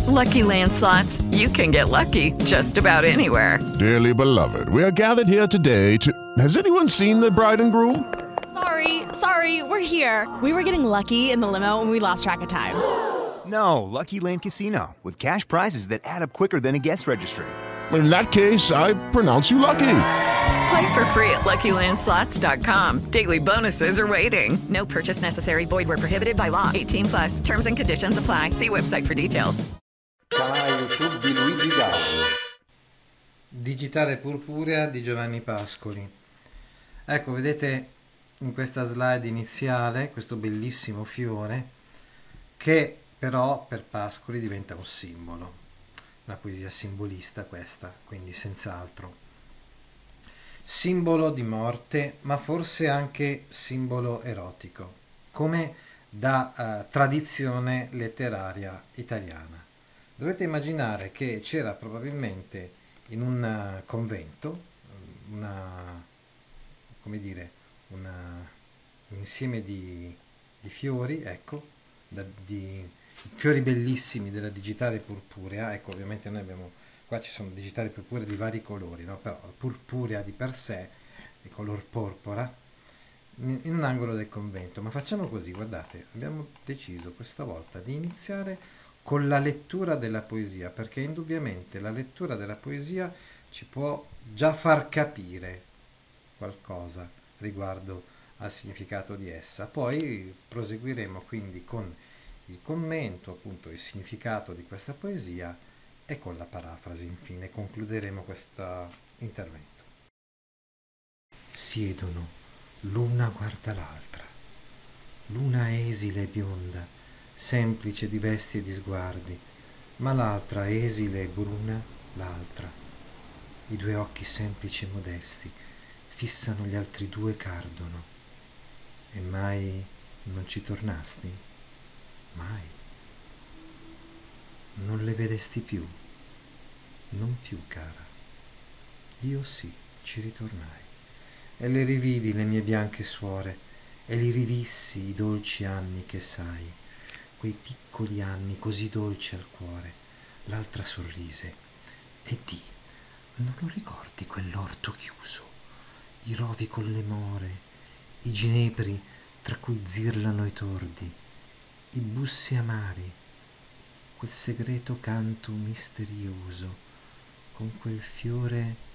Lucky Land Slots, you can get lucky just about anywhere. Dearly beloved, we are gathered here today to... Has anyone seen the bride and groom? Sorry, we're here. We were getting lucky in the limo and we lost track of time. No, Lucky Land Casino, with cash prizes that add up quicker than a guest registry. In that case, I pronounce you lucky. Play for free at LuckyLandSlots.com. Daily bonuses are waiting. No purchase necessary. Void where prohibited by law. 18+. Terms and conditions apply. See website for details. Canale YouTube di Luigi Gallo. Digitale Purpurea di Giovanni Pascoli. Ecco, vedete in questa slide iniziale questo bellissimo fiore che però per Pascoli diventa un simbolo. Una poesia simbolista questa, quindi senz'altro. Simbolo di morte, ma forse anche simbolo erotico, come da tradizione letteraria italiana. Dovete immaginare che c'era probabilmente in un convento un insieme di fiori, ecco, di fiori bellissimi della digitale purpurea. Ecco, ovviamente noi abbiamo, qua ci sono digitali purpuree di vari colori, no? Però la purpurea di per sé è color porpora in un angolo del convento. Ma facciamo così, guardate, abbiamo deciso questa volta di iniziare con la lettura della poesia, perché indubbiamente la lettura della poesia ci può già far capire qualcosa riguardo al significato di essa. Poi proseguiremo quindi con il commento, appunto il significato di questa poesia, e con la parafrasi. Infine concluderemo questo intervento. Siedono, l'una guarda l'altra, l'una esile e bionda, semplice di vesti e di sguardi, ma l'altra esile e bruna, l'altra. I due occhi semplici e modesti fissano gli altri due cardono. E mai non ci tornasti? Mai. Non le vedesti più? Non più, cara. Io sì, ci ritornai. E le rividi le mie bianche suore, e li rivissi i dolci anni che sai, quei piccoli anni così dolci al cuore. L'altra sorrise e dì: non lo ricordi quell'orto chiuso, i rovi con le more, i ginepri tra cui zirlano i tordi, i bussi amari, quel segreto canto misterioso, con quel fior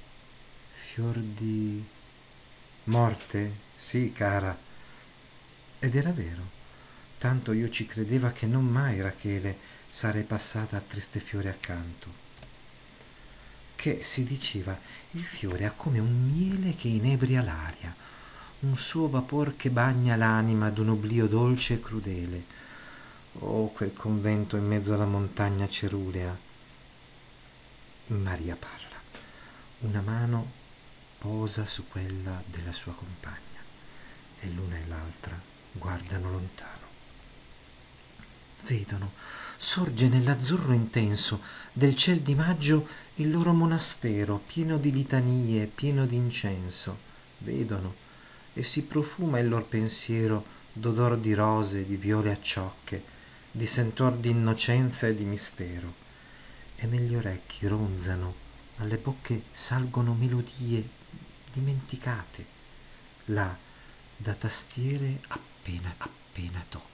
di morte? Sì, cara. Ed era vero. Tanto io ci credeva che non mai, Rachele, sarei passata al triste fiore accanto. Che si diceva, il fiore ha come un miele che inebria l'aria, un suo vapor che bagna l'anima d'un oblio dolce e crudele. Oh, quel convento in mezzo alla montagna cerulea. Maria parla. Una mano posa su quella della sua compagna e l'una e l'altra guardano lontano. Vedono, sorge nell'azzurro intenso del ciel di maggio il loro monastero, pieno di litanie, pieno d'incenso. Vedono, e si profuma il lor pensiero d'odor di rose, di viole acciocche, di sentor di innocenza e di mistero. E negli orecchi ronzano, alle bocche salgono melodie dimenticate, là da tastiere appena tocche.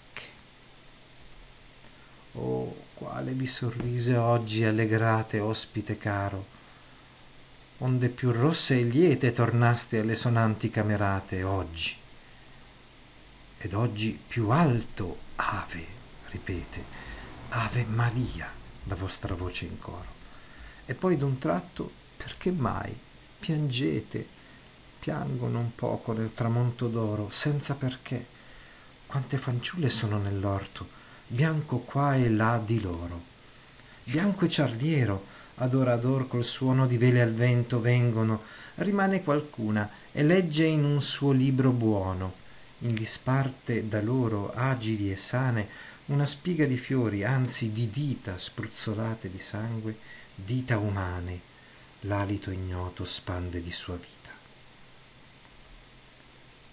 Oh, quale vi sorrise oggi allegrate, ospite caro, onde più rosse e liete tornaste alle sonanti camerate oggi. Ed oggi più alto ave, ripete, Ave Maria, la vostra voce in coro. E poi d'un tratto, perché mai piangete? Piangono un poco nel tramonto d'oro, senza perché. Quante fanciulle sono nell'orto, bianco qua e là di loro. Bianco e ciarliero, ad or col suono di vele al vento vengono, rimane qualcuna e legge in un suo libro buono, in disparte da loro agili e sane una spiga di fiori, anzi di dita spruzzolate di sangue, dita umane, l'alito ignoto spande di sua vita.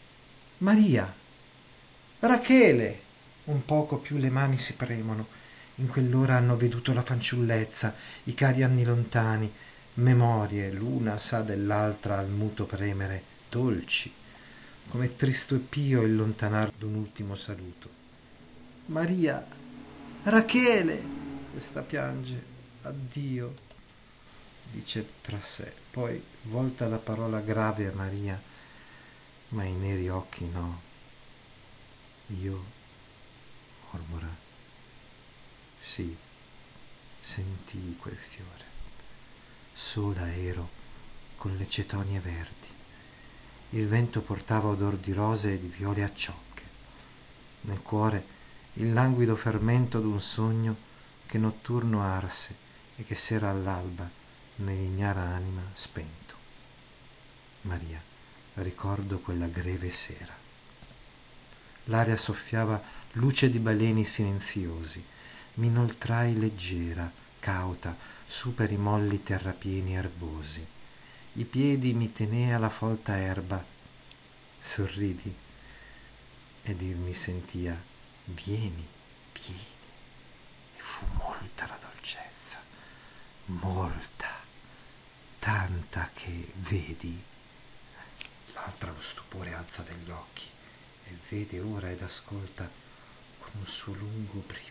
Maria, Rachele, un poco più le mani si premono, In quell'ora hanno veduto la fanciullezza, i cari anni lontani, memorie, l'una sa dell'altra al muto premere, dolci, come tristo e pio il lontanar d'un ultimo saluto. Maria, Rachele, questa piange, addio, dice tra sé, poi volta la parola grave a Maria, ma i neri occhi no. Io, mormora, sì, sentii quel fiore. Sola ero, con le cetonie verdi. Il vento portava odor di rose e di viole a ciocche. Nel cuore il languido fermento d'un sogno che notturno arse e che s'era all'alba nell'ignara anima spento. Maria, ricordo quella greve sera. L'aria soffiava luce di baleni silenziosi. M'inoltrai leggera, cauta, su per i molli terrapieni erbosi. I piedi mi tenea la folta erba. Sorridi ed il mi sentia: vieni, vieni. E fu molta la dolcezza, molta, tanta che, vedi, l'altra lo stupore alza degli occhi e vede ora ed ascolta con un suo lungo brivido.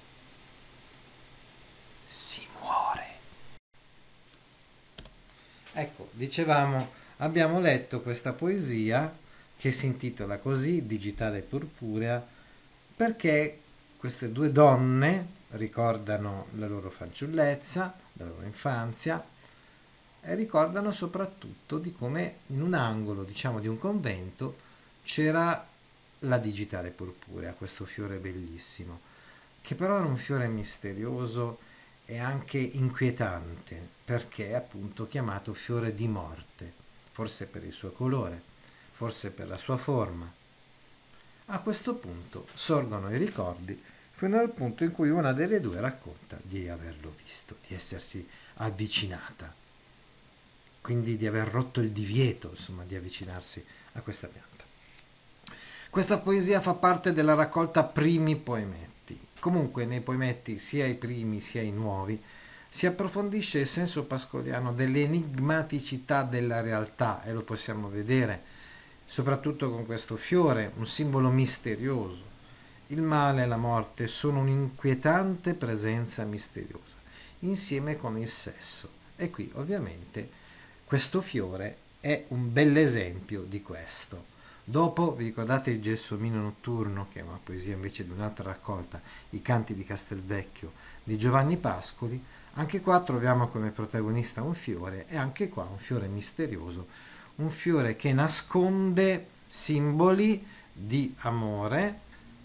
Si muore. Ecco, dicevamo, abbiamo letto questa poesia che si intitola così, Digitale Purpurea, perché queste due donne ricordano la loro fanciullezza, la loro infanzia, e ricordano soprattutto di come in un angolo, diciamo, di un convento c'era la Digitale Purpurea, questo fiore bellissimo, che però era un fiore misterioso e anche inquietante, perché è appunto chiamato fiore di morte, forse per il suo colore, forse per la sua forma. A questo punto sorgono i ricordi fino al punto in cui una delle due racconta di averlo visto, di essersi avvicinata, quindi di aver rotto il divieto, insomma, di avvicinarsi a questa pianta. Questa poesia fa parte della raccolta Primi Poemetti. Comunque nei poemetti, sia i primi sia i nuovi, si approfondisce il senso pascoliano dell'enigmaticità della realtà, e lo possiamo vedere soprattutto con questo fiore, un simbolo misterioso. Il male e la morte sono un'inquietante presenza misteriosa, insieme con il sesso. E qui ovviamente questo fiore è un bell'esempio di questo. Dopo, vi ricordate il Gelsomino notturno, che è una poesia invece di un'altra raccolta, I canti di Castelvecchio, di Giovanni Pascoli? Anche qua troviamo come protagonista un fiore, e anche qua un fiore misterioso, un fiore che nasconde simboli di amore,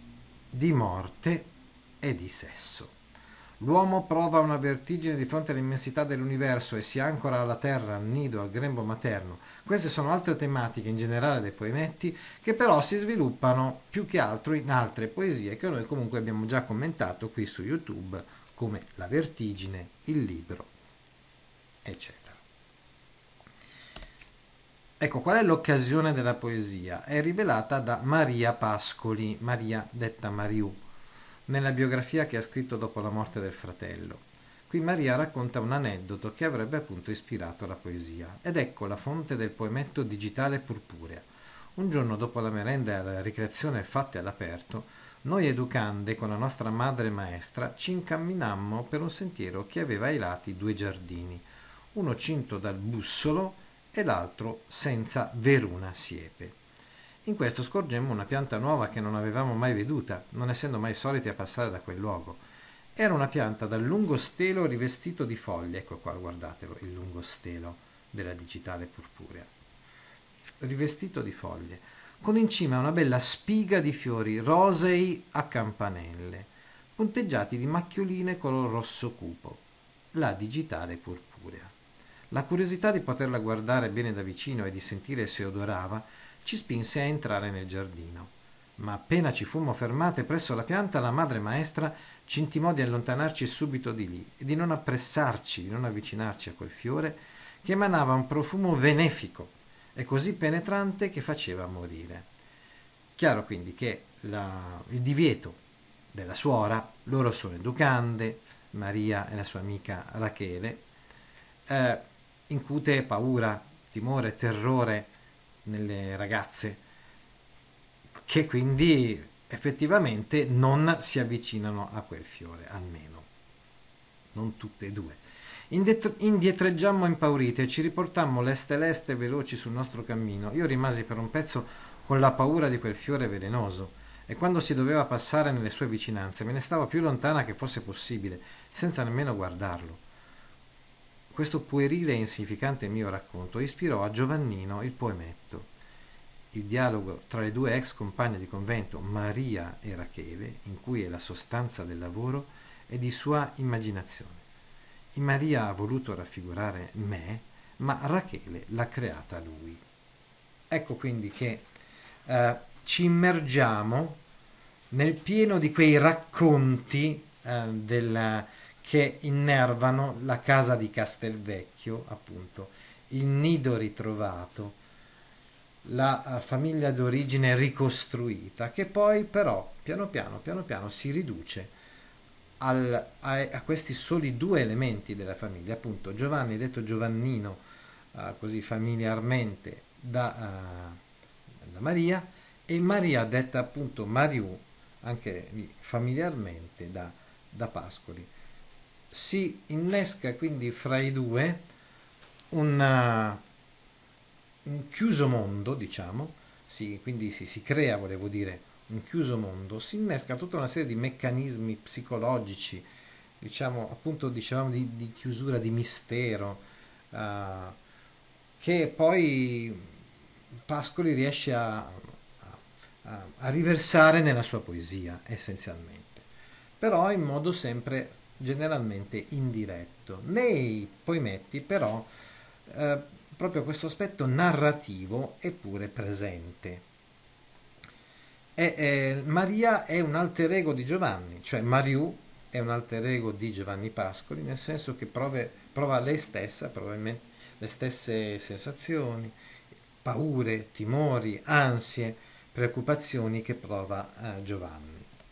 di morte e di sesso. L'uomo prova una vertigine di fronte all'immensità dell'universo e si ancora alla terra, al nido, al grembo materno. Queste sono altre tematiche in generale dei poemetti, che però si sviluppano più che altro in altre poesie che noi comunque abbiamo già commentato qui su YouTube, come La vertigine, Il libro, eccetera. Ecco, qual è l'occasione della poesia? È rivelata da Maria Pascoli, Maria detta Mariù, nella biografia che ha scritto dopo la morte del fratello. Qui Maria racconta un aneddoto che avrebbe appunto ispirato la poesia. Ed ecco la fonte del poemetto Digitale Purpurea. Un giorno dopo la merenda e alla ricreazione fatte all'aperto, noi educande con la nostra madre maestra ci incamminammo per un sentiero che aveva ai lati due giardini, uno cinto dal bussolo e l'altro senza veruna siepe. In questo scorgemmo una pianta nuova che non avevamo mai veduta, non essendo mai soliti a passare da quel luogo. Era una pianta dal lungo stelo rivestito di foglie, ecco qua, guardatelo, il lungo stelo della Digitale Purpurea, rivestito di foglie, con in cima una bella spiga di fiori rosei a campanelle, punteggiati di macchioline color rosso cupo, la Digitale Purpurea. La curiosità di poterla guardare bene da vicino e di sentire se odorava ci spinse a entrare nel giardino, ma appena ci fummo fermate presso la pianta, la madre maestra ci intimò di allontanarci subito di lì e di non appressarci, di non avvicinarci a quel fiore che emanava un profumo benefico e così penetrante che faceva morire. Chiaro quindi che il divieto della suora. Loro sono educande, Maria e la sua amica Rachele. Incute paura, timore, terrore nelle ragazze, che quindi effettivamente non si avvicinano a quel fiore, almeno non tutte e due. Indietreggiammo impaurite e ci riportammo leste leste veloci sul nostro cammino. Io rimasi per un pezzo con la paura di quel fiore velenoso, e quando si doveva passare nelle sue vicinanze me ne stavo più lontana che fosse possibile, senza nemmeno guardarlo. Questo puerile e insignificante mio racconto ispirò a Giovannino il poemetto. Il dialogo tra le due ex compagne di convento, Maria e Rachele, in cui è la sostanza del lavoro, è di sua immaginazione. In Maria ha voluto raffigurare me, ma Rachele l'ha creata lui. Ecco quindi che ci immergiamo nel pieno di quei racconti che innervano la casa di Castelvecchio, appunto, il nido ritrovato, la famiglia d'origine ricostruita, che poi però piano piano si riduce a questi soli due elementi della famiglia, appunto Giovanni, detto Giovannino così familiarmente da Maria, e Maria, detta appunto Mariù, anche familiarmente da Pascoli. Si innesca quindi fra i due un chiuso mondo, diciamo, quindi si crea, volevo dire, un chiuso mondo, si innesca tutta una serie di meccanismi psicologici, dicevamo di chiusura, di mistero, che poi Pascoli riesce a riversare nella sua poesia, essenzialmente, però in modo sempre generalmente indiretto. Nei poemetti però proprio questo aspetto narrativo è pure presente. Maria è un alter ego di Giovanni, cioè Mariù è un alter ego di Giovanni Pascoli, nel senso che prova lei stessa, probabilmente le stesse sensazioni, paure, timori, ansie, preoccupazioni che prova Giovanni.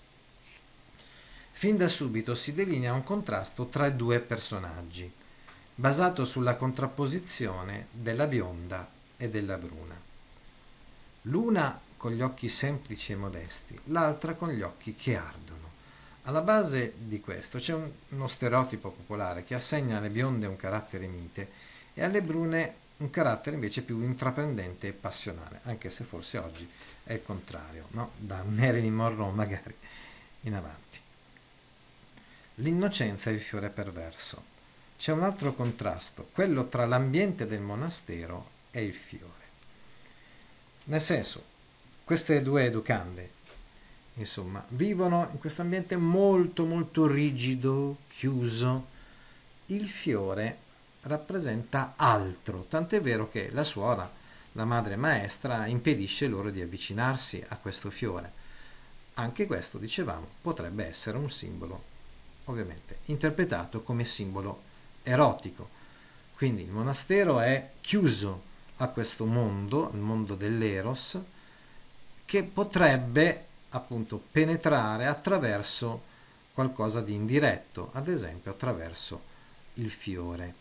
Fin da subito si delinea un contrasto tra i due personaggi, basato sulla contrapposizione della bionda e della bruna. L'una con gli occhi semplici e modesti, l'altra con gli occhi che ardono. Alla base di questo c'è uno stereotipo popolare che assegna alle bionde un carattere mite e alle brune un carattere invece più intraprendente e passionale, anche se forse oggi è il contrario, no? Da Marilyn Monroe magari in avanti. L'innocenza è il fiore perverso. C'è un altro contrasto, quello tra l'ambiente del monastero e il fiore. Nel senso, queste due educande, insomma, vivono in questo ambiente molto molto rigido, chiuso. Il fiore rappresenta altro, tant'è vero che la suora, la madre maestra, impedisce loro di avvicinarsi a questo fiore. Anche questo, dicevamo, potrebbe essere un simbolo, ovviamente, interpretato come simbolo erotico. Quindi il monastero è chiuso a questo mondo, al mondo dell'eros, che potrebbe appunto penetrare attraverso qualcosa di indiretto, ad esempio attraverso il fiore.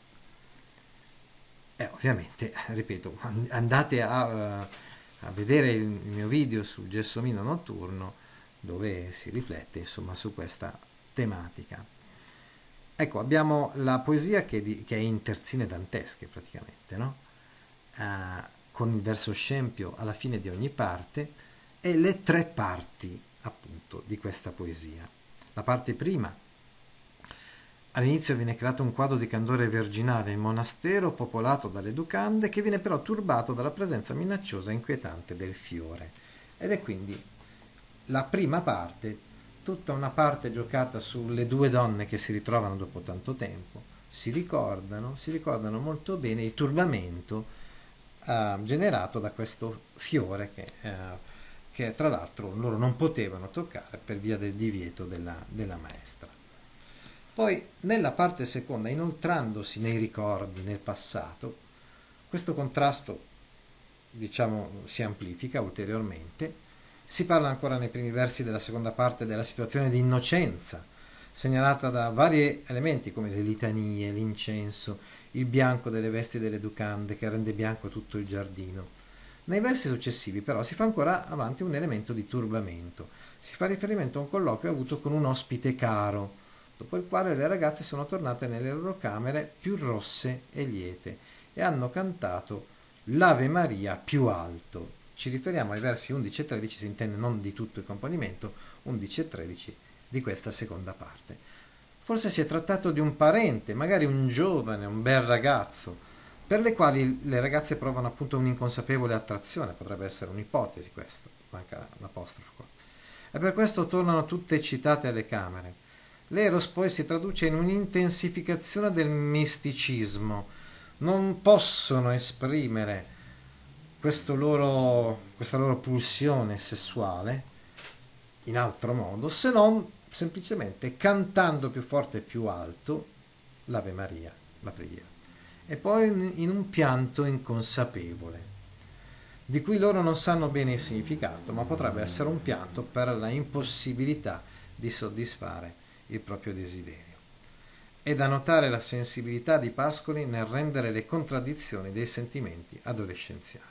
E ovviamente, ripeto, andate a vedere il mio video sul Gelsomino notturno, dove si riflette insomma su questa tematica. Ecco, abbiamo la poesia che è in terzine dantesche praticamente, no? Con il verso scempio alla fine di ogni parte e le tre parti appunto di questa poesia. La parte prima: all'inizio viene creato un quadro di candore virginale, il monastero popolato dalle educande, che viene però turbato dalla presenza minacciosa e inquietante del fiore. Ed è quindi la prima parte, tutta una parte giocata sulle due donne che si ritrovano dopo tanto tempo, si ricordano molto bene il turbamento generato da questo fiore che tra l'altro loro non potevano toccare per via del divieto della maestra. Poi nella parte seconda, inoltrandosi nei ricordi, nel passato, questo contrasto diciamo si amplifica ulteriormente Si parla ancora nei primi versi della seconda parte della situazione di innocenza, segnalata da vari elementi come le litanie, l'incenso, il bianco delle vesti delle educande che rende bianco tutto il giardino. Nei versi successivi però si fa ancora avanti un elemento di turbamento. Si fa riferimento a un colloquio avuto con un ospite caro, dopo il quale le ragazze sono tornate nelle loro camere più rosse e liete e hanno cantato l'Ave Maria più alto. Ci riferiamo ai versi 11 e 13, si intende non di tutto il componimento, 11 e 13 di questa seconda parte. Forse si è trattato di un parente, magari un giovane, un bel ragazzo, per le quali le ragazze provano appunto un'inconsapevole attrazione, potrebbe essere un'ipotesi questa, manca l'apostrofo qua. E per questo tornano tutte eccitate alle camere. L'eros poi si traduce in un'intensificazione del misticismo. Non possono esprimere questa loro pulsione sessuale in altro modo se non semplicemente cantando più forte e più alto l'Ave Maria, la preghiera, e poi in un pianto inconsapevole di cui loro non sanno bene il significato, ma potrebbe essere un pianto per la impossibilità di soddisfare il proprio desiderio. È da notare la sensibilità di Pascoli nel rendere le contraddizioni dei sentimenti adolescenziali.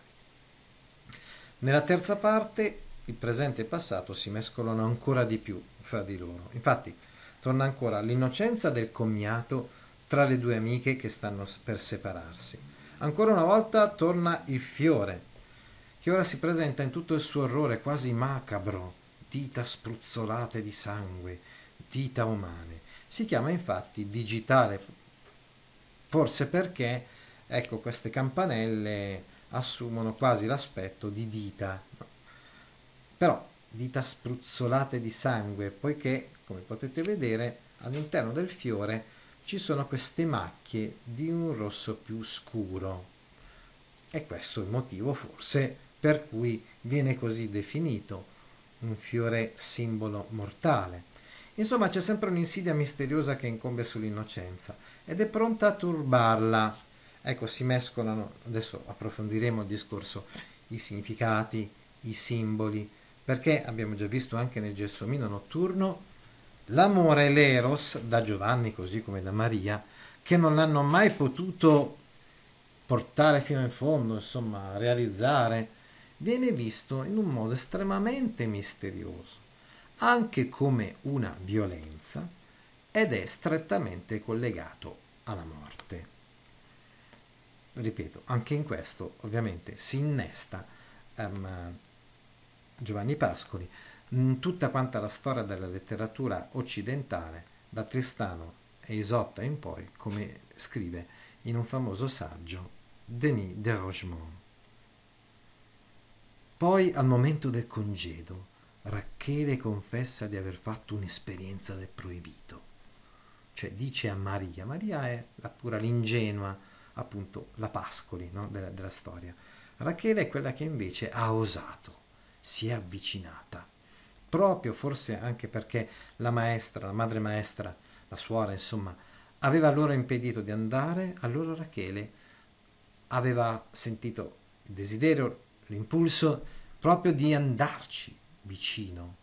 Nella terza parte il presente e il passato si mescolano ancora di più fra di loro. Infatti torna ancora l'innocenza del commiato tra le due amiche che stanno per separarsi. Ancora una volta torna il fiore, che ora si presenta in tutto il suo orrore quasi macabro, dita spruzzolate di sangue, dita umane. Si chiama infatti digitale, forse perché, ecco, queste campanelle assumono quasi l'aspetto di dita, no? Però dita spruzzolate di sangue, poiché, come potete vedere, all'interno del fiore ci sono queste macchie di un rosso più scuro. E questo è il motivo, forse, per cui viene così definito un fiore simbolo mortale. Insomma, c'è sempre un'insidia misteriosa che incombe sull'innocenza ed è pronta a turbarla. Ecco, si mescolano, adesso approfondiremo il discorso, i significati, i simboli, perché abbiamo già visto anche nel Gelsomino notturno l'amore e l'eros, da Giovanni così come da Maria, che non l'hanno mai potuto portare fino in fondo, insomma, realizzare, viene visto in un modo estremamente misterioso, anche come una violenza, ed è strettamente collegato alla morte. Ripeto, anche in questo ovviamente si innesta Giovanni Pascoli tutta quanta la storia della letteratura occidentale, da Tristano e Isotta in poi, come scrive in un famoso saggio Denis de Rogemont. Poi, al momento del congedo, Rachele confessa di aver fatto un'esperienza del proibito, cioè dice a Maria, Maria è la pura, l'ingenua, appunto la Pascoli, no? della storia. Rachele è quella che invece ha osato, si è avvicinata, proprio forse anche perché la maestra, la madre maestra, la suora, insomma, aveva loro impedito di andare. Allora Rachele aveva sentito il desiderio, l'impulso proprio di andarci vicino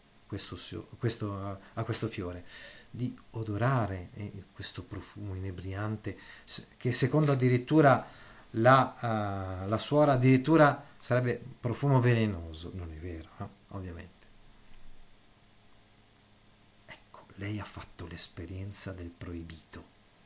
a questo fiore, di odorare questo profumo inebriante che secondo addirittura la suora addirittura sarebbe profumo velenoso. Non è vero, no? Ovviamente. Ecco, lei ha fatto l'esperienza del proibito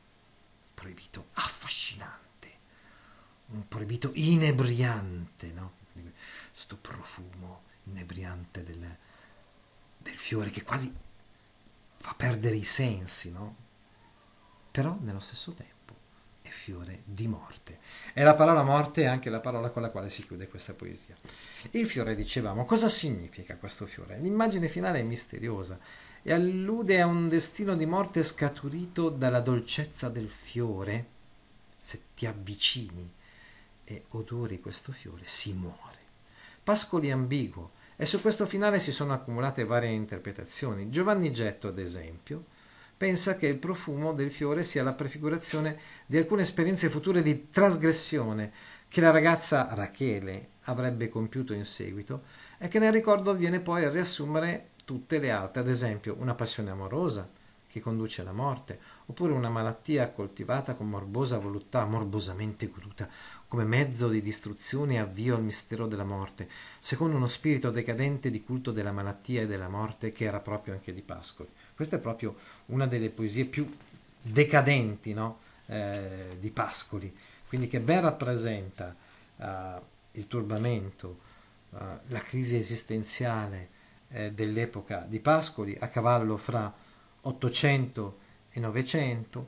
affascinante, un proibito inebriante, no? Questo profumo inebriante del fiore che quasi fa perdere i sensi, no? Però nello stesso tempo è fiore di morte. E la parola morte è anche la parola con la quale si chiude questa poesia. Il fiore, dicevamo, cosa significa questo fiore? L'immagine finale è misteriosa e allude a un destino di morte scaturito dalla dolcezza del fiore. Se ti avvicini e odori questo fiore, si muore. Pascoli è ambiguo e su questo finale si sono accumulate varie interpretazioni. Giovanni Getto, ad esempio, pensa che il profumo del fiore sia la prefigurazione di alcune esperienze future di trasgressione che la ragazza Rachele avrebbe compiuto in seguito e che nel ricordo viene poi a riassumere tutte le altre, ad esempio una passione amorosa che conduce alla morte, oppure una malattia coltivata con morbosa voluttà, morbosamente voluta, come mezzo di distruzione e avvio al mistero della morte, secondo uno spirito decadente di culto della malattia e della morte che era proprio anche di Pascoli. Questa è proprio una delle poesie più decadenti, no? Di Pascoli, quindi che ben rappresenta il turbamento, la crisi esistenziale dell'epoca di Pascoli, a cavallo fra 800 e 900,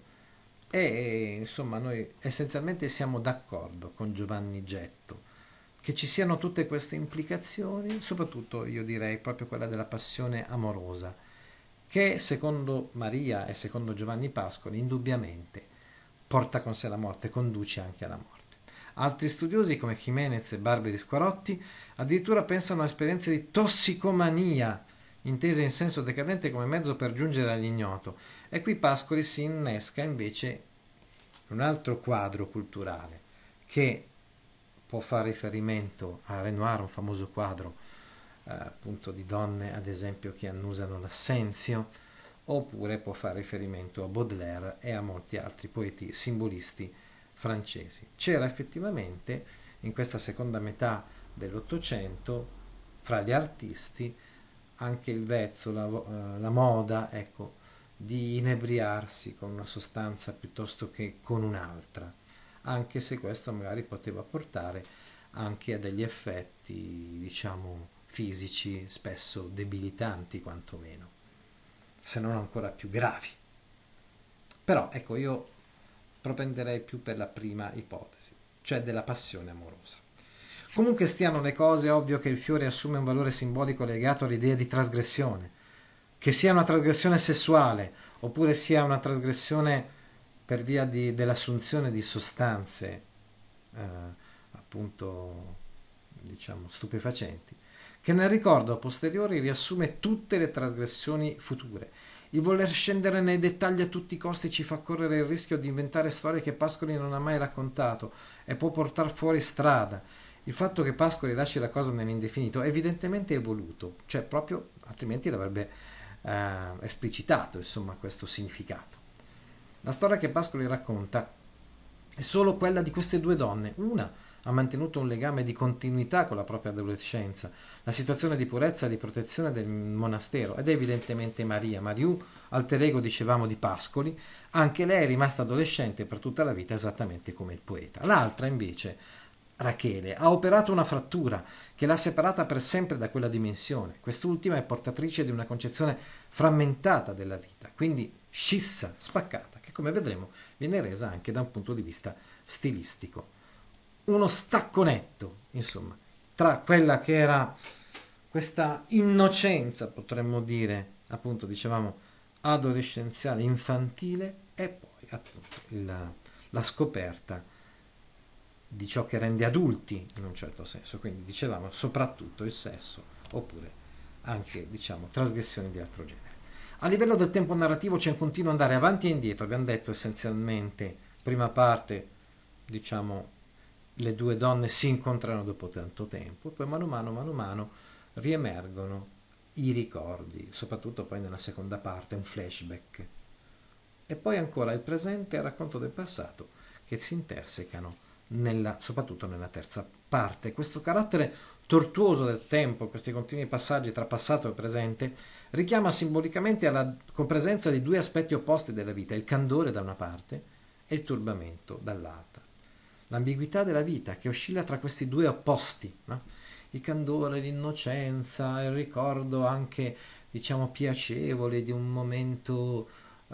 e insomma noi essenzialmente siamo d'accordo con Giovanni Getto che ci siano tutte queste implicazioni, soprattutto io direi proprio quella della passione amorosa, che secondo Maria e secondo Giovanni Pascoli indubbiamente porta con sé la morte, conduce anche alla morte. Altri studiosi come Jimenez e Barberi Squarotti addirittura pensano a esperienze di tossicomania, intese in senso decadente come mezzo per giungere all'ignoto, e qui Pascoli si innesca invece in un altro quadro culturale che può fare riferimento a Renoir, un famoso quadro appunto di donne ad esempio che annusano l'assenzio, oppure può fare riferimento a Baudelaire e a molti altri poeti simbolisti francesi. C'era effettivamente in questa seconda metà dell'Ottocento fra gli artisti anche il vezzo, la moda, ecco, di inebriarsi con una sostanza piuttosto che con un'altra, anche se questo magari poteva portare anche a degli effetti, diciamo, fisici, spesso debilitanti quantomeno, se non ancora più gravi. Però, ecco, io propenderei più per la prima ipotesi, cioè della passione amorosa. Comunque stiano le cose, è ovvio che il fiore assume un valore simbolico legato all'idea di trasgressione, che sia una trasgressione sessuale oppure sia una trasgressione per via dell'assunzione di sostanze appunto diciamo stupefacenti, che nel ricordo a posteriori riassume tutte le trasgressioni future. Il voler scendere nei dettagli a tutti i costi ci fa correre il rischio di inventare storie che Pascoli non ha mai raccontato e può portare fuori strada. Il fatto che Pascoli lasci la cosa nell'indefinito evidentemente è voluto, cioè proprio altrimenti l'avrebbe esplicitato, insomma, questo significato. La storia che Pascoli racconta è solo quella di queste due donne. Una ha mantenuto un legame di continuità con la propria adolescenza, la situazione di purezza e di protezione del monastero, ed è evidentemente Maria, Mariù, alter ego dicevamo di Pascoli. Anche lei è rimasta adolescente per tutta la vita esattamente come il poeta. L'altra invece, Rachele, ha operato una frattura che l'ha separata per sempre da quella dimensione. Quest'ultima è portatrice di una concezione frammentata della vita, quindi scissa, spaccata, che come vedremo viene resa anche da un punto di vista stilistico. Uno stacco netto, insomma, tra quella che era questa innocenza, potremmo dire, appunto, dicevamo, adolescenziale, infantile, e poi appunto la scoperta di ciò che rende adulti in un certo senso, quindi dicevamo soprattutto il sesso, oppure anche diciamo trasgressioni di altro genere. A livello del tempo narrativo c'è un continuo andare avanti e indietro, abbiamo detto essenzialmente, prima parte diciamo le due donne si incontrano dopo tanto tempo, poi mano a mano riemergono i ricordi, soprattutto poi nella seconda parte un flashback, e poi ancora il presente e il racconto del passato che si intersecano soprattutto nella terza parte. Questo carattere tortuoso del tempo, questi continui passaggi tra passato e presente, richiama simbolicamente alla compresenza di due aspetti opposti della vita, il candore da una parte e il turbamento dall'altra. L'ambiguità della vita che oscilla tra questi due opposti, no? Il candore, l'innocenza, il ricordo anche, diciamo, piacevole di un momento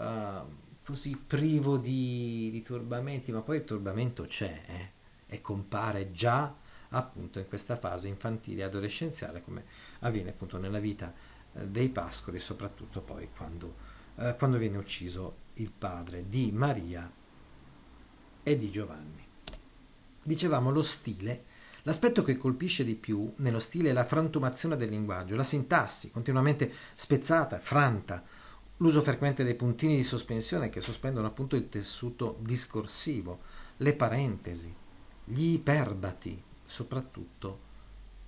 così privo di turbamenti, ma poi il turbamento c'è e compare già appunto in questa fase infantile e adolescenziale, come avviene appunto nella vita dei Pascoli, soprattutto poi quando viene ucciso il padre di Maria e di Giovanni. Dicevamo lo stile. L'aspetto che colpisce di più nello stile è la frantumazione del linguaggio, la sintassi continuamente spezzata, franta, l'uso frequente dei puntini di sospensione che sospendono appunto il tessuto discorsivo, le parentesi, gli iperbati, soprattutto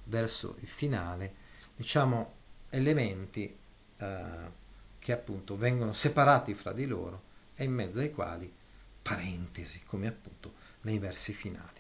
verso il finale, diciamo, elementi che appunto vengono separati fra di loro e in mezzo ai quali parentesi, come appunto nei versi finali.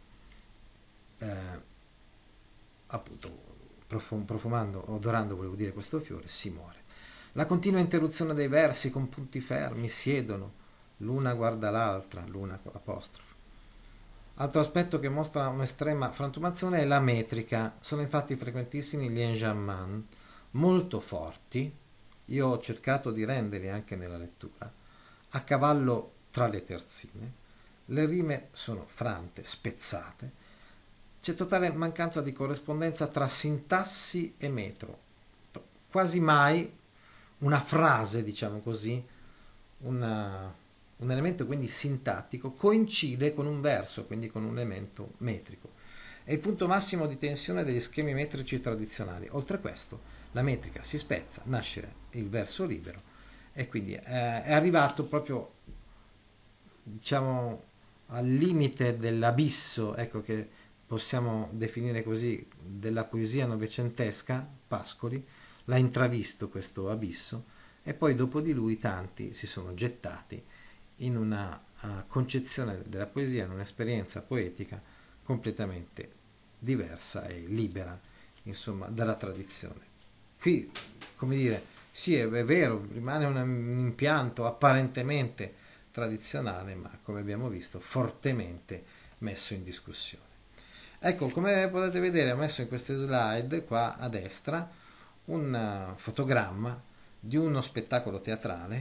Appunto, profumando, odorando, volevo dire, questo fiore, si muore. La continua interruzione dei versi con punti fermi siedono, l'una guarda l'altra, l'una con l'apostrofo. Altro aspetto che mostra un'estrema frantumazione è la metrica. Sono infatti frequentissimi gli enjambments, molto forti. Io ho cercato di renderli anche nella lettura, a cavallo tra le terzine. Le rime sono frante, spezzate. C'è totale mancanza di corrispondenza tra sintassi e metro. Quasi mai una frase, diciamo così, un elemento quindi sintattico coincide con un verso, quindi con un elemento metrico. È il punto massimo di tensione degli schemi metrici tradizionali. Oltre a questo, la metrica si spezza, nasce il verso libero e quindi è arrivato proprio, diciamo, al limite dell'abisso, ecco, che possiamo definire così, della poesia novecentesca. Pascoli l'ha intravisto questo abisso e poi dopo di lui tanti si sono gettati in una concezione della poesia, in un'esperienza poetica completamente diversa e libera, insomma, dalla tradizione. Qui, come dire, sì, è vero, rimane un impianto apparentemente tradizionale, ma come abbiamo visto fortemente messo in discussione. Ecco, come potete vedere, ho messo in queste slide qua a destra un fotogramma di uno spettacolo teatrale,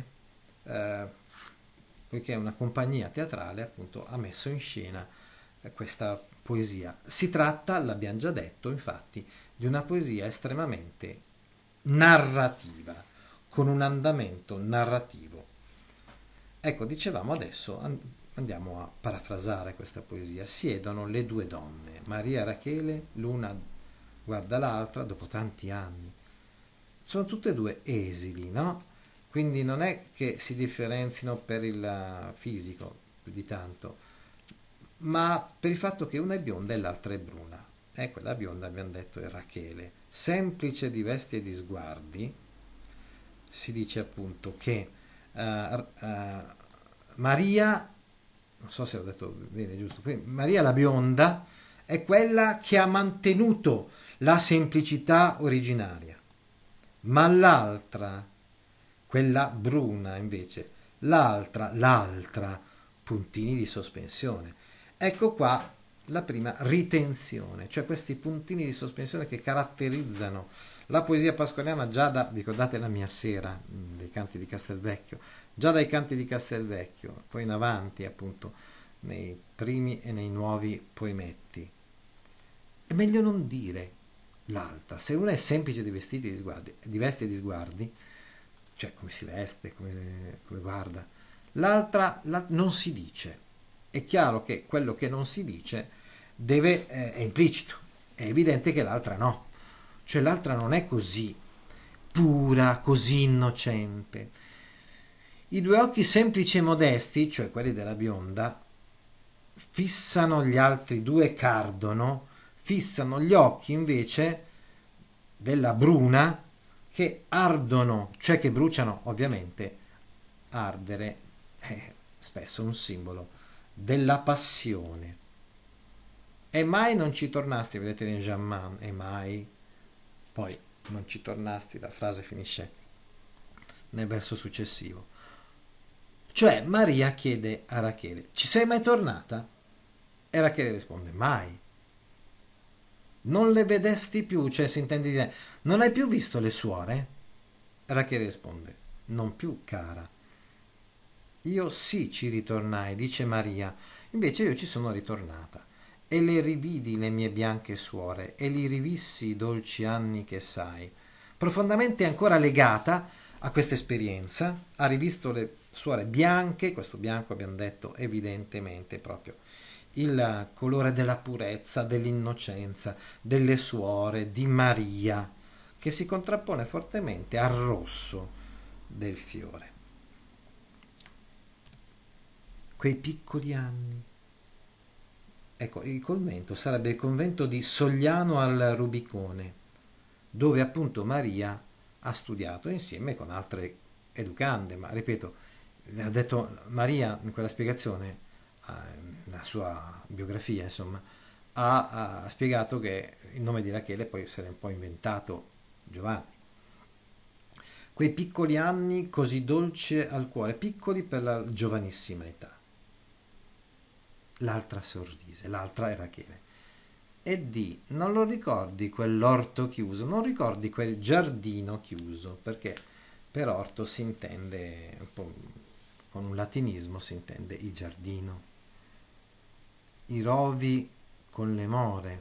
poiché una compagnia teatrale appunto ha messo in scena questa poesia. Si tratta, l'abbiamo già detto, infatti, di una poesia estremamente narrativa, con un andamento narrativo. Ecco, dicevamo, adesso andiamo a parafrasare questa poesia. Siedono le due donne, Maria e Rachele, l'una guarda l'altra dopo tanti anni. Sono tutte e due esili, no? Quindi non è che si differenzino per il fisico più di tanto, ma per il fatto che una è bionda e l'altra è bruna. E quella bionda, abbiamo detto, è Rachele. Semplice di vesti e di sguardi, si dice appunto che Maria, non so se ho detto bene, giusto, Maria la bionda è quella che ha mantenuto la semplicità originaria, ma l'altra, quella bruna invece, l'altra, puntini di sospensione. Ecco qua la prima ritenzione, cioè questi puntini di sospensione che caratterizzano la poesia pascoliana già da, ricordate la mia sera dei canti di Castelvecchio, già dai canti di Castelvecchio, poi in avanti appunto nei primi e nei nuovi poemetti. È meglio non dire l'altra, se una è semplice di vestiti di vesti e di sguardi, cioè come si veste, come guarda, l'altra non si dice. È chiaro che quello che non si dice è implicito, è evidente che l'altra no, cioè l'altra non è così pura, così innocente. I due occhi semplici e modesti, cioè quelli della bionda, fissano gli altri due, cardono, fissano gli occhi invece della bruna, che ardono, cioè che bruciano. Ovviamente ardere è spesso un simbolo della passione. E mai non ci tornasti, vedete in Jamman, e mai, poi non ci tornasti, la frase finisce nel verso successivo. Cioè Maria chiede a Rachele: ci sei mai tornata? E Rachele risponde: mai. Non le vedesti più, cioè si intende dire, non hai più visto le suore? Rachele risponde: non più, cara. Io sì ci ritornai, dice Maria, invece io ci sono ritornata e le rividi le mie bianche suore e li rivissi i dolci anni che sai. Profondamente ancora legata a questa esperienza, ha rivisto le suore bianche, questo bianco abbiamo detto evidentemente proprio il colore della purezza, dell'innocenza, delle suore, di Maria, che si contrappone fortemente al rosso del fiore. Quei piccoli anni, Ecco, il convento sarebbe il convento di Sogliano al Rubicone, dove appunto Maria ha studiato insieme con altre educande, ma ripeto, ha detto Maria in quella spiegazione, nella sua biografia, insomma, ha spiegato che il nome di Rachele poi se l'è un po' inventato Giovanni. Quei piccoli anni così dolce al cuore, piccoli per la giovanissima età. L'altra sorrise, l'altra è Rachele. E di, non lo ricordi quell'orto chiuso, non ricordi quel giardino chiuso, perché per orto si intende, un po', con un latinismo si intende il giardino. I rovi con le more,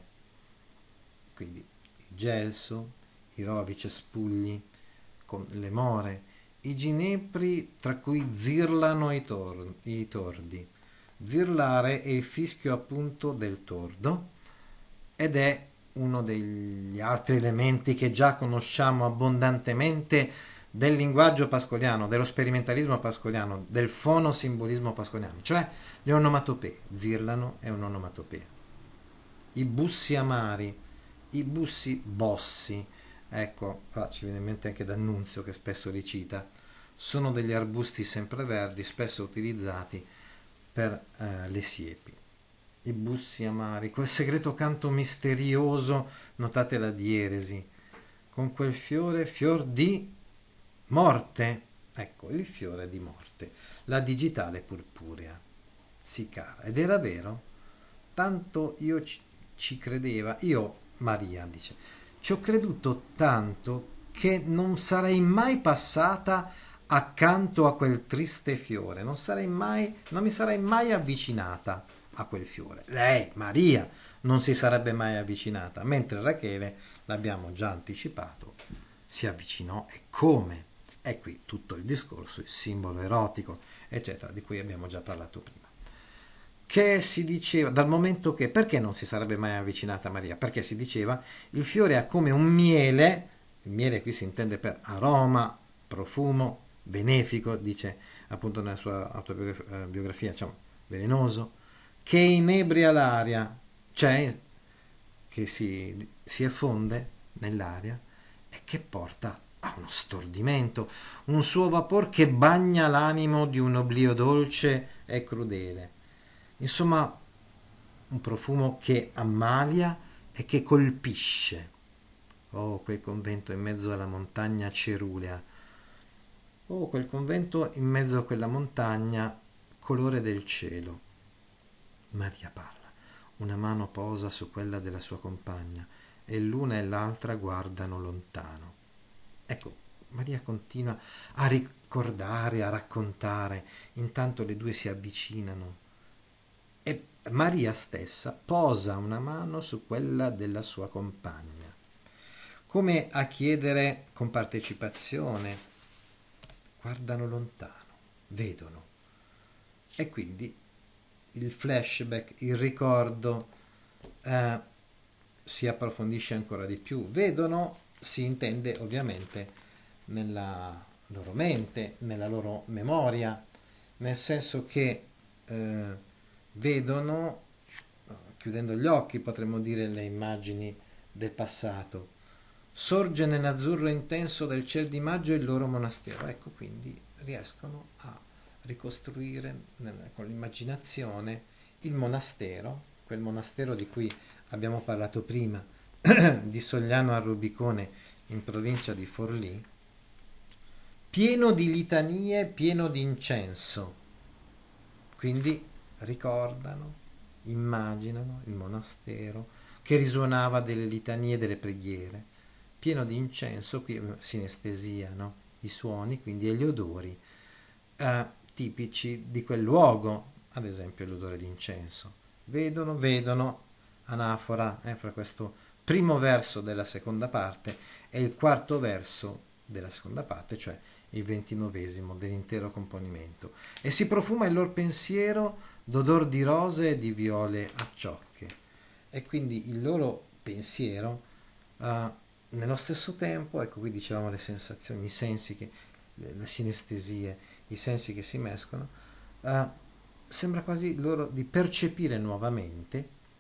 quindi il gelso, i rovi cespugli con le more, i ginepri tra cui zirlano i tordi. Zirlare è il fischio appunto del tordo ed è uno degli altri elementi che già conosciamo abbondantemente del linguaggio pascoliano, dello sperimentalismo pascoliano, del fonosimbolismo pascoliano, cioè le onomatopee. Zirlano è un'onomatopea. I bussi amari, i bussi bossi, ecco, qua ci viene in mente anche D'Annunzio che spesso li cita, sono degli arbusti sempreverdi spesso utilizzati per le siepi. I bussi amari, quel segreto canto misterioso, notate la dieresi, con quel fiore, fior di morte, ecco, il fiore di morte, la digitale purpurea, sì cara, ed era vero, tanto io ci credeva, io, Maria dice, ci ho creduto tanto che non sarei mai passata accanto a quel triste fiore, non mi sarei mai avvicinata a quel fiore. Lei, Maria, non si sarebbe mai avvicinata, mentre Rachele, l'abbiamo già anticipato, si avvicinò e come? E qui tutto il discorso, il simbolo erotico, eccetera, di cui abbiamo già parlato prima. Che si diceva, dal momento che, perché non si sarebbe mai avvicinata a Maria? Perché si diceva, il fiore ha come un miele, il miele qui si intende per aroma, profumo, benefico, dice appunto nella sua autobiografia, diciamo, velenoso, che inebria l'aria, cioè che si effonde nell'aria e che porta a uno stordimento, un suo vapor che bagna l'animo di un oblio dolce e crudele. Insomma, un profumo che ammalia e che colpisce. Oh, quel convento in mezzo alla montagna cerulea. Oh, quel convento in mezzo a quella montagna, colore del cielo. Maria parla. Una mano posa su quella della sua compagna e l'una e l'altra guardano lontano. Ecco, Maria continua a ricordare, a raccontare, intanto le due si avvicinano e Maria stessa posa una mano su quella della sua compagna, come a chiedere con partecipazione. Guardano lontano, vedono. E quindi il flashback, il ricordo si approfondisce ancora di più. Vedono, si intende ovviamente nella loro mente, nella loro memoria, nel senso che vedono, chiudendo gli occhi potremmo dire, le immagini del passato. Sorge nell'azzurro intenso del ciel di maggio il loro monastero. Ecco, quindi riescono a ricostruire con l'immaginazione il monastero, quel monastero di cui abbiamo parlato prima, di Sogliano al Rubicone in provincia di Forlì, pieno di litanie, pieno di incenso. Quindi ricordano, immaginano il monastero che risuonava delle litanie, delle preghiere, pieno di incenso, qui sinestesia, no? I suoni, quindi, e gli odori tipici di quel luogo, ad esempio l'odore di incenso. Vedono, anafora, fra questo primo verso della seconda parte e il quarto verso della seconda parte, cioè il 29esimo dell'intero componimento. E si profuma il loro pensiero d'odor di rose e di viole acciocche. E quindi il loro pensiero, nello stesso tempo, ecco qui dicevamo le sensazioni, i sensi, le sinestesie, i sensi che si mescolano, sembra quasi loro di percepire nuovamente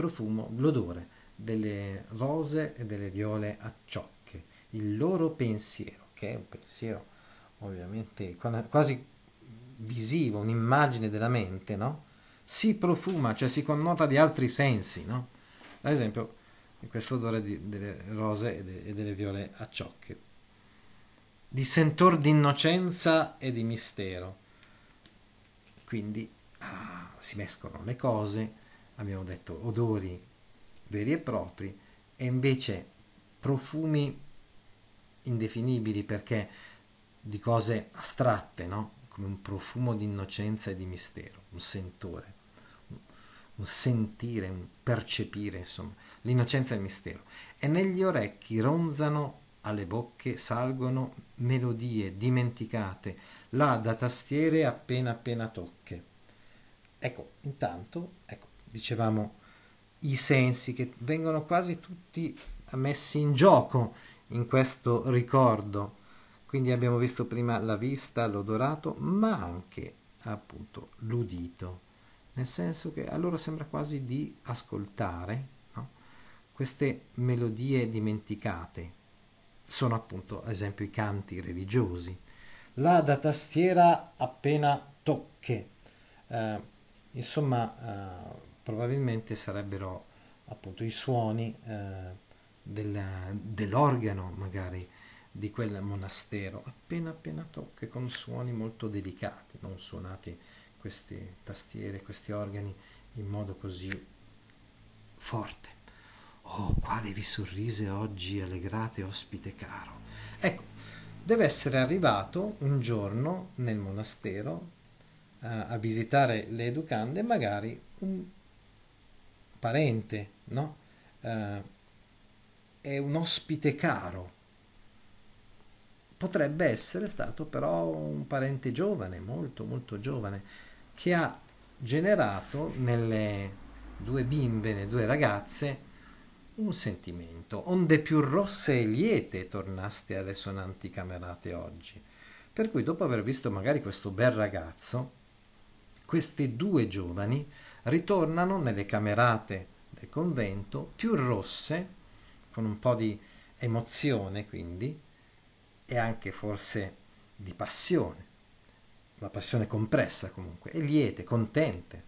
profumo, l'odore delle rose e delle viole a ciocche, il loro pensiero, che è un pensiero ovviamente quasi visivo, un'immagine della mente, no? Si profuma, cioè si connota di altri sensi, no? Ad esempio, questo odore delle rose e delle viole a ciocche, di sentor di innocenza e di mistero. Quindi si mescolano le cose, abbiamo detto odori veri e propri e invece profumi indefinibili perché di cose astratte, no? Come un profumo di innocenza e di mistero, un sentore, un sentire, un percepire, insomma, l'innocenza e il mistero. E negli orecchi ronzano, alle bocche salgono melodie dimenticate, là da tastiere appena appena tocche. Ecco, intanto, dicevamo i sensi che vengono quasi tutti messi in gioco in questo ricordo. Quindi abbiamo visto prima la vista, l'odorato, ma anche appunto l'udito, nel senso che a loro sembra quasi di ascoltare, no? Queste melodie dimenticate. Sono appunto, ad esempio, i canti religiosi. La da tastiera appena tocche. Probabilmente sarebbero appunto i suoni dell'organo magari di quel monastero, appena appena tocche, con suoni molto delicati, non suonati queste tastiere, questi organi in modo così forte. Oh, quale vi sorrise oggi allegrate ospite caro. Ecco, deve essere arrivato un giorno nel monastero a visitare le educande, magari un parente, no? È un ospite caro. Potrebbe essere stato però un parente giovane, molto molto giovane, che ha generato nelle due bimbe, nelle due ragazze, un sentimento. Onde più rosse e liete tornaste alle sonanti camerate oggi. Per cui dopo aver visto magari questo bel ragazzo, queste due giovani ritornano nelle camerate del convento più rosse, con un po' di emozione quindi, e anche forse di passione, la passione compressa comunque, e liete, contente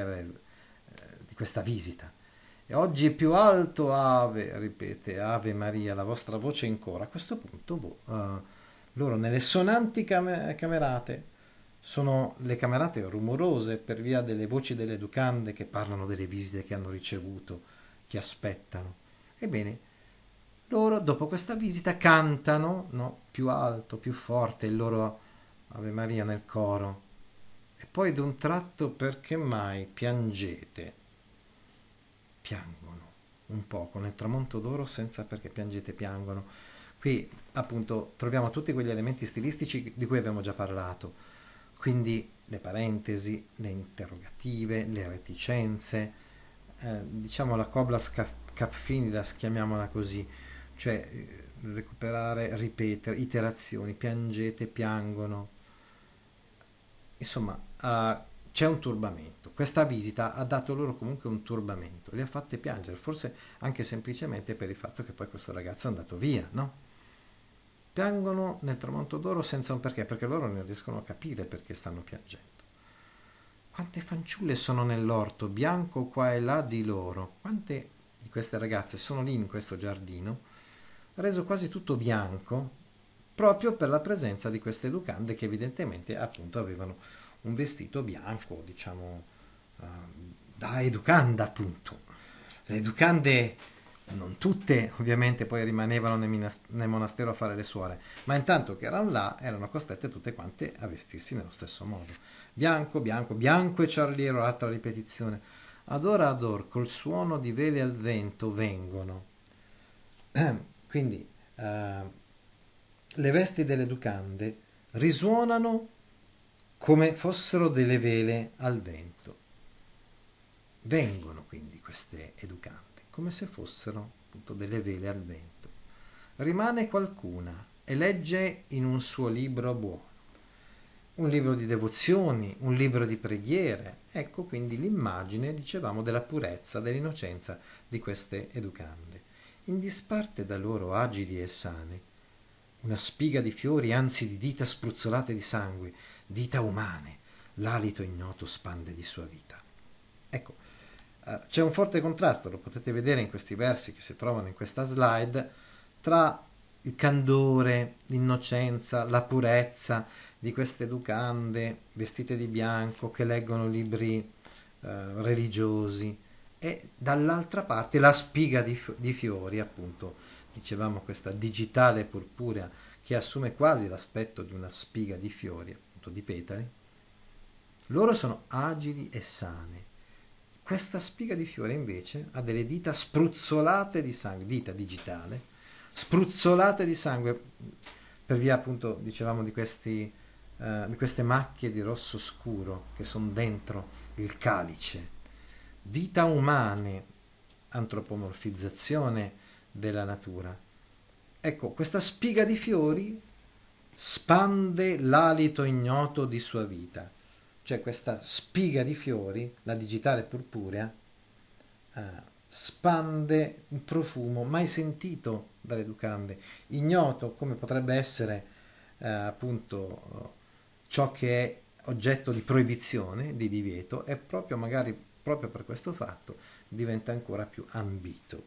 di questa visita. E oggi è più alto, Ave, ripete, Ave Maria, la vostra voce in coro. A questo punto loro nelle sonanti camerate, sono le camerate rumorose per via delle voci delle educande che parlano delle visite che hanno ricevuto, che aspettano. Ebbene, loro dopo questa visita cantano, no? Più alto, più forte il loro Ave Maria nel coro. E poi d'un tratto, perché mai piangete? Piangono un poco nel tramonto d'oro, senza perché piangete, piangono. Qui appunto troviamo tutti quegli elementi stilistici di cui abbiamo già parlato, quindi le parentesi, le interrogative, le reticenze, diciamo la coblas capfinidas, chiamiamola così, cioè recuperare, ripetere, iterazioni, piangete, piangono, insomma c'è un turbamento. Questa visita ha dato loro comunque un turbamento, le ha fatte piangere, forse anche semplicemente per il fatto che poi questo ragazzo è andato via, no? Piangono nel tramonto d'oro senza un perché loro non riescono a capire perché stanno piangendo. Quante fanciulle sono nell'orto, bianco qua e là di loro. Quante di queste ragazze sono lì in questo giardino, reso quasi tutto bianco, proprio per la presenza di queste educande che evidentemente appunto avevano un vestito bianco, diciamo, da educanda appunto. Le educande non tutte ovviamente poi rimanevano nel monastero a fare le suore, ma intanto che erano là erano costrette tutte quante a vestirsi nello stesso modo. Bianco, bianco, bianco e ciarliero, altra ripetizione. Ador, col suono di vele al vento vengono. Quindi le vesti delle educande risuonano come fossero delle vele al vento. Vengono quindi queste educande come se fossero appunto delle vele al vento. Rimane qualcuna e legge in un suo libro buono. un libro di devozioni, un libro di preghiere. Ecco quindi l'immagine, dicevamo, della purezza, dell'innocenza di queste educande. In disparte da loro agili e sane, una spiga di fiori, anzi di dita spruzzolate di sangue, dita umane, l'alito ignoto spande di sua vita. Ecco, c'è un forte contrasto, lo potete vedere in questi versi che si trovano in questa slide, tra il candore, l'innocenza, la purezza di queste educande vestite di bianco che leggono libri religiosi, e dall'altra parte la spiga di fiori, appunto, dicevamo questa digitale purpurea che assume quasi l'aspetto di una spiga di fiori, appunto di petali. Loro sono agili e sane. Questa spiga di fiore invece ha delle dita spruzzolate di sangue, dita digitale, spruzzolate di sangue per via, appunto, dicevamo, di queste macchie di rosso scuro che sono dentro il calice. Dita umane, antropomorfizzazione della natura. Ecco, questa spiga di fiori spande l'alito ignoto di sua vita. Cioè questa spiga di fiori, la digitale purpurea, spande un profumo mai sentito dalle educande, ignoto come potrebbe essere appunto ciò che è oggetto di proibizione, di divieto, e proprio magari proprio per questo fatto diventa ancora più ambito.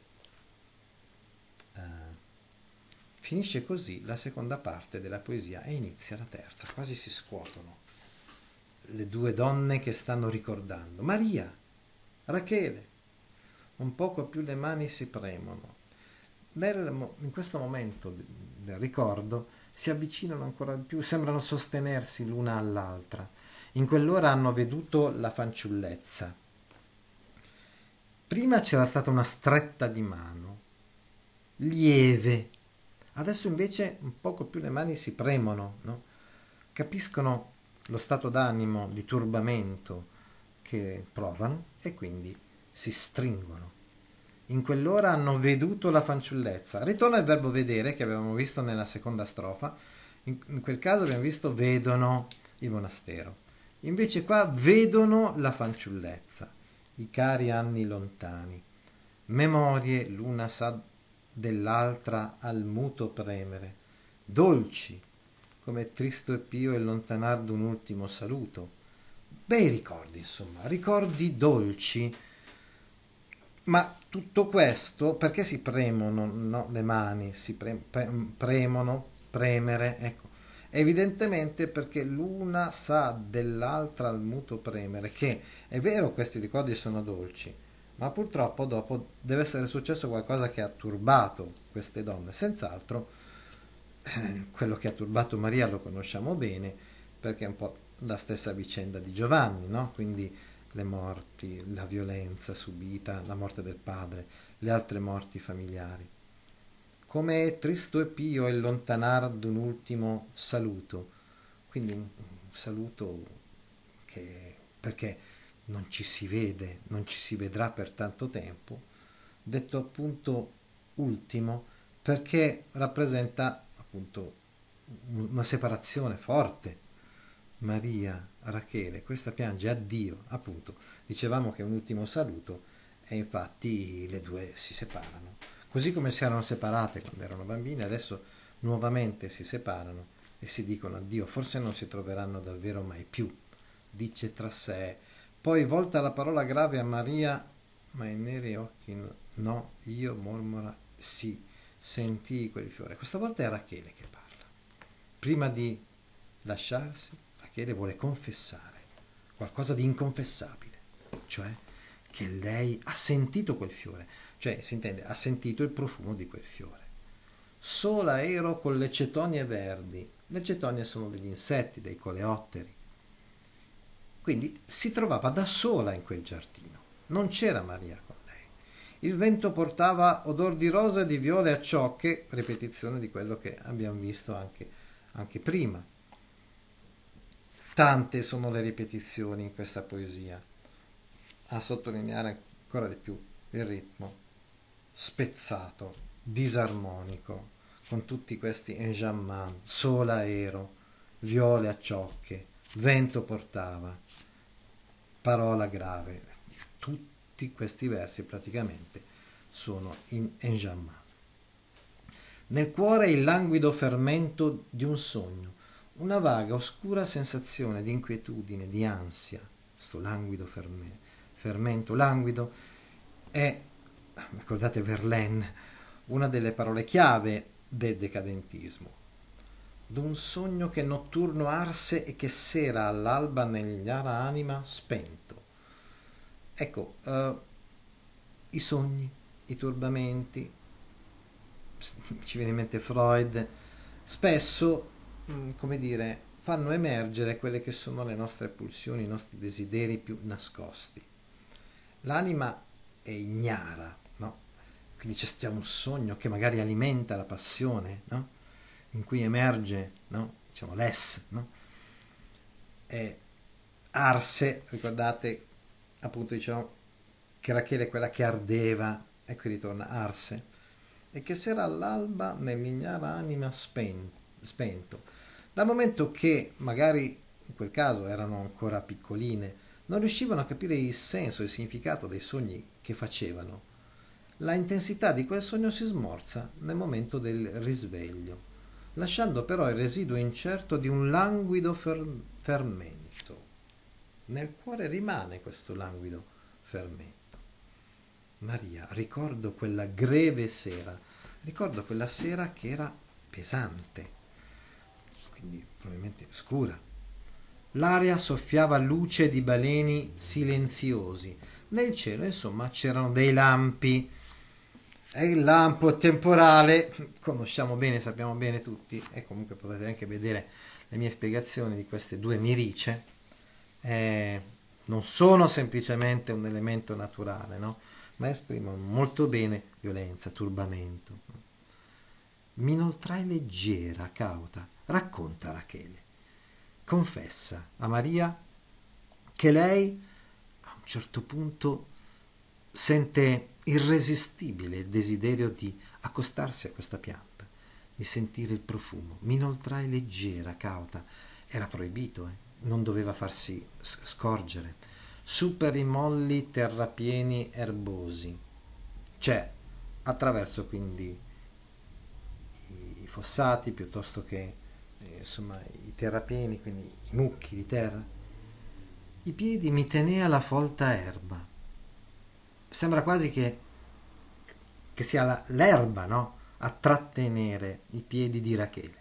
Finisce così la seconda parte della poesia e inizia la terza. Quasi si scuotono le due donne che stanno ricordando. Maria, Rachele, un poco più le mani si premono. In questo momento del ricordo si avvicinano ancora di più, sembrano sostenersi l'una all'altra. In quell'ora hanno veduto la fanciullezza. Prima c'era stata una stretta di mano, lieve. Adesso invece un poco più le mani si premono, no? Capiscono lo stato d'animo di turbamento che provano e quindi si stringono. In quell'ora hanno veduto la fanciullezza. Ritorna il verbo vedere che avevamo visto nella seconda strofa. In quel caso abbiamo visto vedono il monastero. Invece qua vedono la fanciullezza, i cari anni lontani. Memorie l'una sa dell'altra al muto premere, dolci come tristo e pio il lontanar d'un ultimo saluto. Bei ricordi, insomma, ricordi dolci. Ma tutto questo perché si premono, no? Le mani si premono, premere, ecco. Evidentemente perché l'una sa dell'altra al muto premere, che è vero, questi ricordi sono dolci, ma purtroppo dopo deve essere successo qualcosa che ha turbato queste donne. Senz'altro quello che ha turbato Maria lo conosciamo bene, perché è un po' la stessa vicenda di Giovanni, no? Quindi le morti, la violenza subita, la morte del padre, le altre morti familiari. Come è tristo e pio il lontanar d'un ultimo saluto, quindi un saluto che, perché non ci si vede, non ci si vedrà per tanto tempo, detto appunto ultimo perché rappresenta appunto una separazione forte. Maria, Rachele, questa piange addio, appunto, dicevamo che è un ultimo saluto e infatti le due si separano. Così come si erano separate quando erano bambine, adesso nuovamente si separano e si dicono addio, forse non si troveranno davvero mai più, dice tra sé. Poi volta la parola grave a Maria, ma i neri occhi no, io mormora sì, sentii quel fiore. Questa volta è Rachele che parla. Prima di lasciarsi, Rachele vuole confessare qualcosa di inconfessabile, cioè che lei ha sentito quel fiore, cioè si intende, ha sentito il profumo di quel fiore. Sola ero con le cetonie verdi. Le cetonie sono degli insetti, dei coleotteri. Quindi si trovava da sola in quel giardino, non c'era Maria con lei. Il vento portava odor di rosa e di viole a ciocche, ripetizione di quello che abbiamo visto anche prima. Tante sono le ripetizioni in questa poesia, a sottolineare ancora di più il ritmo spezzato, disarmonico, con tutti questi enjambment, sola ero, viole a ciocche, vento portava, parola grave. Tutti questi versi praticamente sono in enjamma. Nel cuore il languido fermento di un sogno, una vaga, oscura sensazione di inquietudine, di ansia. Sto languido fermento, languido è, ricordate Verlaine, una delle parole chiave del decadentismo. D'un sogno che notturno arse e che sera all'alba nell'ignara anima spento. Ecco, i sogni, i turbamenti, ci viene in mente Freud, spesso, come dire, fanno emergere quelle che sono le nostre pulsioni, i nostri desideri più nascosti. L'anima è ignara, no? Quindi c'è un sogno che magari alimenta la passione, no? In cui emerge, no? Diciamo l'ess, no? E arse, ricordate, appunto diciamo che Rachele è quella che ardeva, e qui ritorna arse, e che sera all'alba nell'ignara anima spento. Dal momento che magari in quel caso erano ancora piccoline, non riuscivano a capire il senso e il significato dei sogni che facevano. La intensità di quel sogno si smorza nel momento del risveglio, lasciando però il residuo incerto di un languido fermento. Nel cuore rimane questo languido fermento. Maria, ricordo quella greve sera, ricordo quella sera che era pesante, quindi probabilmente scura. L'aria soffiava luce di baleni silenziosi. Nel cielo, insomma, c'erano dei lampi. E il lampo temporale, conosciamo bene, sappiamo bene tutti, e comunque potete anche vedere le mie spiegazioni di queste due mirice, non sono semplicemente un elemento naturale, no? Ma esprimono molto bene violenza, turbamento. Mi inoltrai leggera, cauta, racconta Rachele. Confessa a Maria che lei a un certo punto sente irresistibile il desiderio di accostarsi a questa pianta, di sentire il profumo. Mi inoltrai leggera, cauta. Era proibito, non doveva farsi scorgere. Su per i molli terrapieni erbosi, cioè attraverso quindi i fossati piuttosto che insomma i terrapieni, quindi i mucchi di terra. I piedi mi tenea la folta erba. Sembra quasi che sia l'erba, no? A trattenere i piedi di Rachele.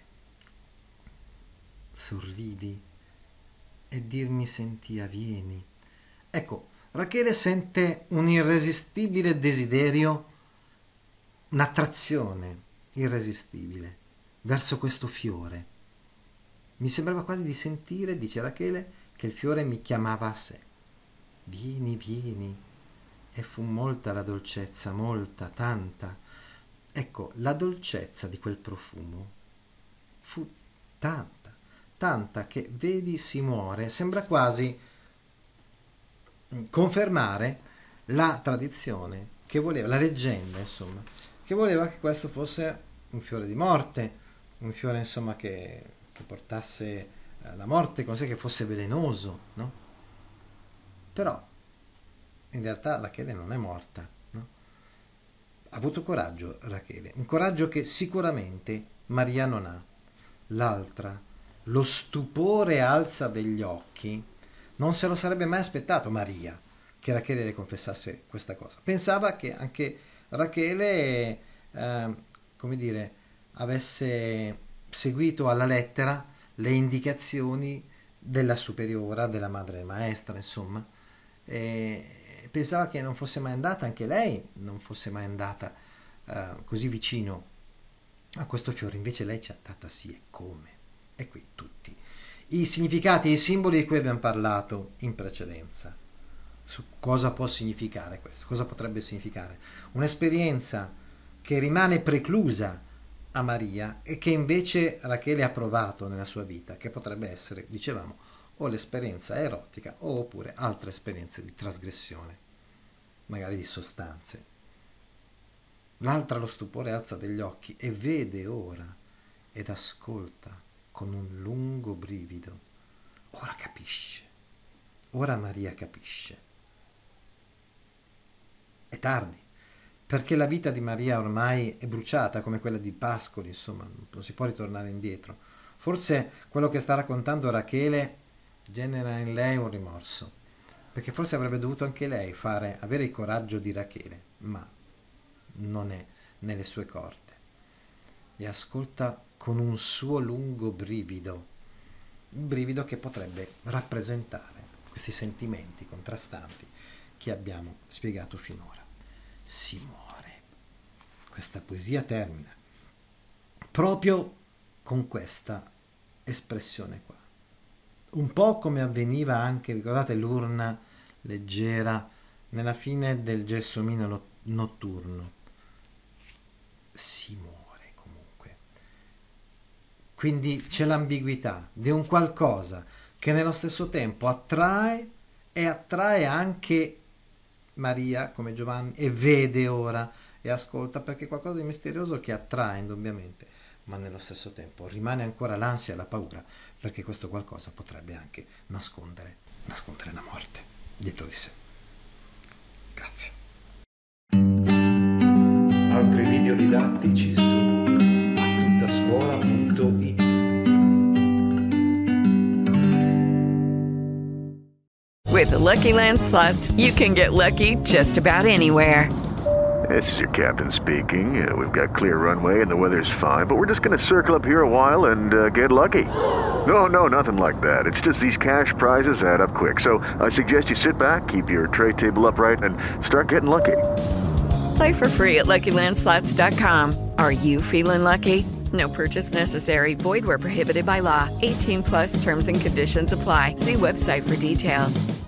Sorridi e dirmi sentia vieni. Ecco, Rachele sente un irresistibile desiderio, un'attrazione irresistibile verso questo fiore. Mi sembrava quasi di sentire, dice Rachele, che il fiore mi chiamava a sé. Vieni, vieni. E fu molta la dolcezza, molta, tanta. Ecco, la dolcezza di quel profumo fu tanta, tanta che, vedi, si muore. Sembra quasi confermare la tradizione che voleva, la leggenda, insomma, che voleva che questo fosse un fiore di morte, un fiore, insomma, che portasse la morte con sé, che fosse velenoso, no? Però in realtà Rachele non è morta, no? Ha avuto coraggio Rachele, un coraggio che sicuramente Maria non ha. L'altra, lo stupore alza degli occhi, non se lo sarebbe mai aspettato Maria che Rachele le confessasse questa cosa. Pensava che anche Rachele, come dire, avesse seguito alla lettera le indicazioni della superiora, della madre maestra, insomma. Pensava che non fosse mai andata, anche lei non fosse mai andata così vicino a questo fiore. Invece lei ci è andata, sì, e come? E qui tutti i significati e i simboli di cui abbiamo parlato in precedenza, su cosa può significare questo, cosa potrebbe significare un'esperienza che rimane preclusa a Maria e che invece Rachele ha provato nella sua vita, che potrebbe essere, dicevamo, o l'esperienza erotica oppure altre esperienze di trasgressione, magari di sostanze. L'altra, lo stupore alza degli occhi e vede ora ed ascolta con un lungo brivido ora capisce. Ora Maria capisce. È tardi, perché la vita di Maria ormai è bruciata come quella di Pascoli, insomma, non si può ritornare indietro. Forse quello che sta raccontando Rachele genera in lei un rimorso, perché forse avrebbe dovuto anche lei avere il coraggio di Rachele, ma non è nelle sue corde. E ascolta con un suo lungo brivido, un brivido che potrebbe rappresentare questi sentimenti contrastanti che abbiamo spiegato finora. Si muore. Questa poesia termina proprio con questa espressione qua. Un po' come avveniva anche, ricordate l'urna leggera nella fine del Gelsomino notturno. Si muore comunque. Quindi c'è l'ambiguità di un qualcosa che nello stesso tempo attrae e attrae anche Maria come Giovanni, e vede ora e ascolta, perché è qualcosa di misterioso che attrae indubbiamente, ma nello stesso tempo rimane ancora l'ansia e la paura, perché questo qualcosa potrebbe anche nascondere la morte dietro di sé. Grazie. Altri video didattici su atuttascuola.it. With the Lucky Land Slots, you can get lucky just about anywhere. This is your captain speaking. We've got clear runway and the weather's fine, but we're just going to circle up here a while and get lucky. No, nothing like that. It's just these cash prizes add up quick. So I suggest you sit back, keep your tray table upright, and start getting lucky. Play for free at LuckyLandSlots.com. Are you feeling lucky? No purchase necessary. Void where prohibited by law. 18+ terms and conditions apply. See website for details.